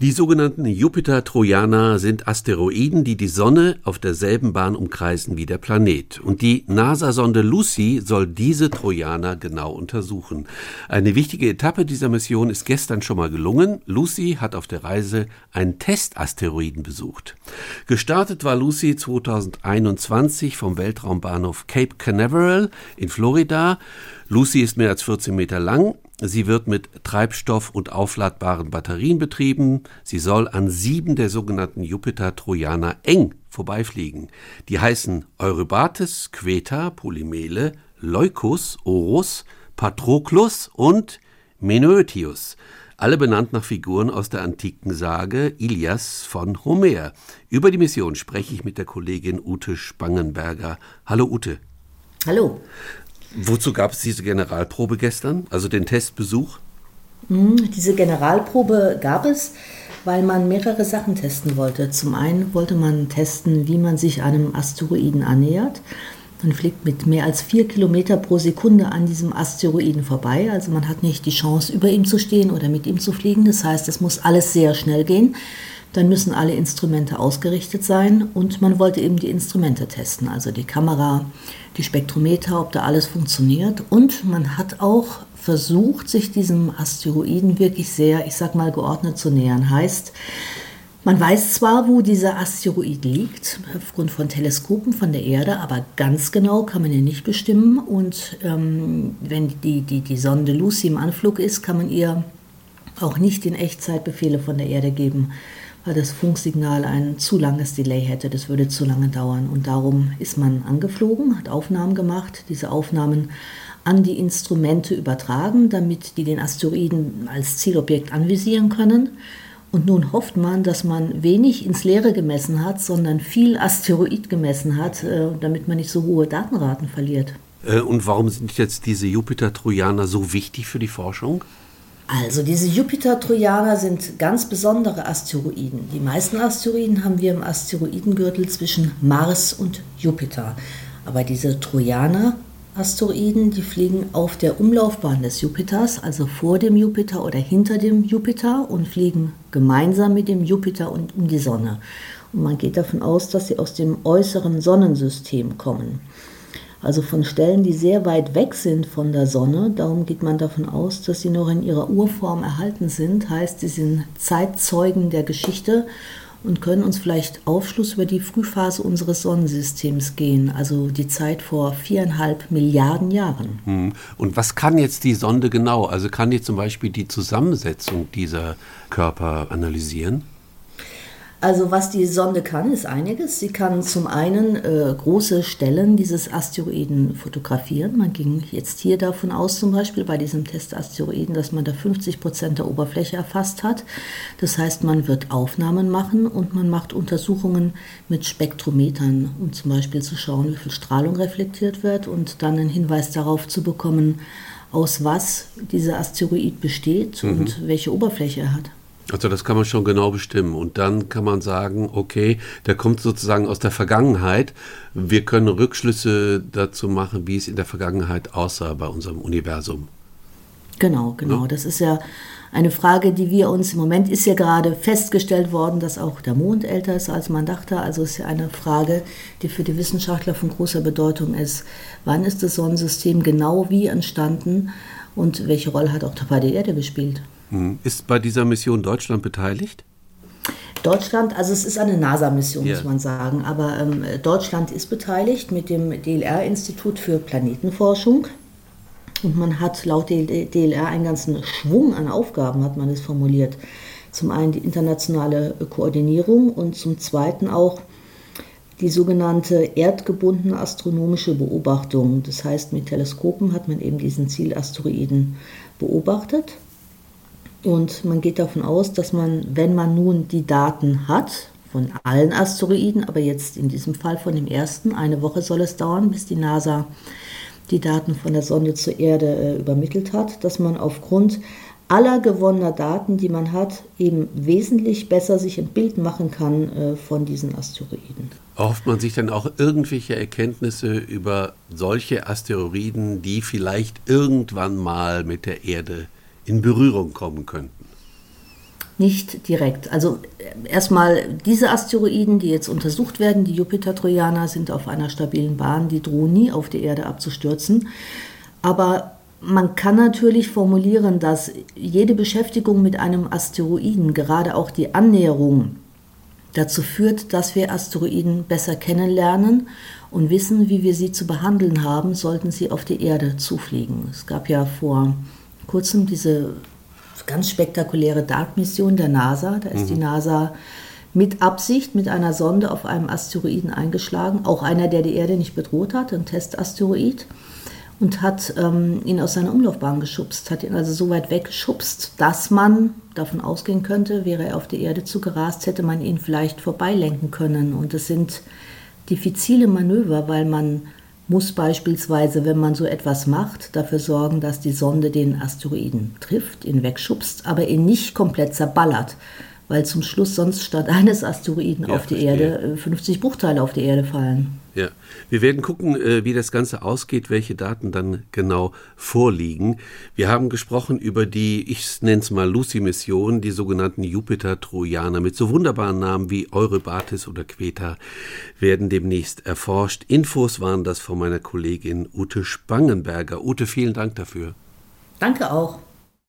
Die sogenannten Jupiter-Trojaner sind Asteroiden, die die Sonne auf derselben Bahn umkreisen wie der Planet. Und die NASA-Sonde Lucy soll diese Trojaner genau untersuchen. Eine wichtige Etappe dieser Mission ist gestern schon mal gelungen. Lucy hat auf der Reise einen Testasteroiden besucht. Gestartet war Lucy 2021 vom Weltraumbahnhof Cape Canaveral in Florida. Lucy ist mehr als 14 Meter lang. Sie wird mit Treibstoff und aufladbaren Batterien betrieben. Sie soll an 7 der sogenannten Jupiter-Trojaner eng vorbeifliegen. Die heißen Eurybates, Queta, Polymele, Leucus, Orus, Patroclus und Menoetius. Alle benannt nach Figuren aus der antiken Sage Ilias von Homer. Über die Mission spreche ich mit der Kollegin Ute Spangenberger. Hallo Ute. Hallo. Wozu gab es diese Generalprobe gestern, also den Testbesuch? Diese Generalprobe gab es, weil man mehrere Sachen testen wollte. Zum einen wollte man testen, wie man sich einem Asteroiden annähert. Man fliegt mit mehr als 4 Kilometer pro Sekunde an diesem Asteroiden vorbei. Also man hat nicht die Chance, über ihm zu stehen oder mit ihm zu fliegen. Das heißt, es muss alles sehr schnell gehen. Dann müssen alle Instrumente ausgerichtet sein und man wollte eben die Instrumente testen, also die Kamera, die Spektrometer, ob da alles funktioniert. Und man hat auch versucht, sich diesem Asteroiden wirklich sehr, geordnet zu nähern. Heißt, man weiß zwar, wo dieser Asteroid liegt, aufgrund von Teleskopen von der Erde, aber ganz genau kann man ihn nicht bestimmen. Und wenn die Sonde Lucy im Anflug ist, kann man ihr auch nicht in Echtzeit Befehle von der Erde geben, weil das Funksignal ein zu langes Delay hätte, das würde zu lange dauern. Und darum ist man angeflogen, hat Aufnahmen gemacht, diese Aufnahmen an die Instrumente übertragen, damit die den Asteroiden als Zielobjekt anvisieren können. Und nun hofft man, dass man wenig ins Leere gemessen hat, sondern viel Asteroid gemessen hat, damit man nicht so hohe Datenraten verliert. Und warum sind jetzt diese Jupiter-Trojaner so wichtig für die Forschung? Also diese Jupiter-Trojaner sind ganz besondere Asteroiden. Die meisten Asteroiden haben wir im Asteroidengürtel zwischen Mars und Jupiter. Aber diese Trojaner-Asteroiden, die fliegen auf der Umlaufbahn des Jupiters, also vor dem Jupiter oder hinter dem Jupiter und fliegen gemeinsam mit dem Jupiter und um die Sonne. Und man geht davon aus, dass sie aus dem äußeren Sonnensystem kommen. Also von Stellen, die sehr weit weg sind von der Sonne. Darum geht man davon aus, dass sie noch in ihrer Urform erhalten sind. Heißt, sie sind Zeitzeugen der Geschichte und können uns vielleicht Aufschluss über die Frühphase unseres Sonnensystems geben. Also die Zeit vor 4,5 Milliarden Jahren. Und was kann jetzt die Sonde genau? Also kann die zum Beispiel die Zusammensetzung dieser Körper analysieren? Also was die Sonde kann, ist einiges. Sie kann zum einen große Stellen dieses Asteroiden fotografieren. Man ging jetzt hier davon aus, zum Beispiel bei diesem Testasteroiden, dass man da 50% der Oberfläche erfasst hat. Das heißt, man wird Aufnahmen machen und man macht Untersuchungen mit Spektrometern, um zum Beispiel zu schauen, wie viel Strahlung reflektiert wird und dann einen Hinweis darauf zu bekommen, aus was dieser Asteroid besteht und welche Oberfläche er hat. Also das kann man schon genau bestimmen und dann kann man sagen, okay, der kommt sozusagen aus der Vergangenheit. Wir können Rückschlüsse dazu machen, wie es in der Vergangenheit aussah bei unserem Universum. Genau. Ja. Das ist ja eine Frage, die wir uns, im Moment ist ja gerade festgestellt worden, dass auch der Mond älter ist, als man dachte. Also ist ja eine Frage, die für die Wissenschaftler von großer Bedeutung ist. Wann ist das Sonnensystem genau wie entstanden und welche Rolle hat auch dabei die Erde gespielt? Ist bei dieser Mission Deutschland beteiligt? Deutschland, also es ist eine NASA-Mission, muss man sagen, aber Deutschland ist beteiligt mit dem DLR-Institut für Planetenforschung und man hat laut DLR einen ganzen Schwung an Aufgaben, hat man es formuliert. Zum einen die internationale Koordinierung und zum zweiten auch die sogenannte erdgebundene astronomische Beobachtung. Das heißt, mit Teleskopen hat man eben diesen Zielasteroiden beobachtet. Und man geht davon aus, dass man, wenn man nun die Daten hat, von allen Asteroiden, aber jetzt in diesem Fall von dem ersten, eine Woche soll es dauern, bis die NASA die Daten von der Sonde zur Erde übermittelt hat, dass man aufgrund aller gewonnener Daten, die man hat, eben wesentlich besser sich ein Bild machen kann von diesen Asteroiden. Erhofft man sich dann auch irgendwelche Erkenntnisse über solche Asteroiden, die vielleicht irgendwann mal mit der Erde in Berührung kommen könnten? Nicht direkt. Also erstmal diese Asteroiden, die jetzt untersucht werden, die Jupiter-Trojaner, sind auf einer stabilen Bahn, die drohen nie auf die Erde abzustürzen. Aber man kann natürlich formulieren, dass jede Beschäftigung mit einem Asteroiden, gerade auch die Annäherung, dazu führt, dass wir Asteroiden besser kennenlernen und wissen, wie wir sie zu behandeln haben, sollten sie auf die Erde zufliegen. Es gab ja vor kurzem diese ganz spektakuläre DART-Mission der NASA. Da ist die NASA mit Absicht mit einer Sonde auf einem Asteroiden eingeschlagen, auch einer, der die Erde nicht bedroht hat, ein Testasteroid, und hat ihn aus seiner Umlaufbahn geschubst, hat ihn also so weit weggeschubst, dass man davon ausgehen könnte, wäre er auf die Erde zugerast, hätte man ihn vielleicht vorbeilenken können. Und es sind diffizile Manöver, weil man muss beispielsweise, wenn man so etwas macht, dafür sorgen, dass die Sonde den Asteroiden trifft, ihn wegschubst, aber ihn nicht komplett zerballert, weil zum Schluss sonst statt eines Asteroiden auf die Erde 50 Bruchteile auf die Erde fallen. Ja, wir werden gucken, wie das Ganze ausgeht, welche Daten dann genau vorliegen. Wir haben gesprochen über die, ich nenne es mal Lucy-Mission, die sogenannten Jupiter-Trojaner mit so wunderbaren Namen wie Eurybates oder Queta werden demnächst erforscht. Infos waren das von meiner Kollegin Ute Spangenberger. Ute, vielen Dank dafür. Danke auch.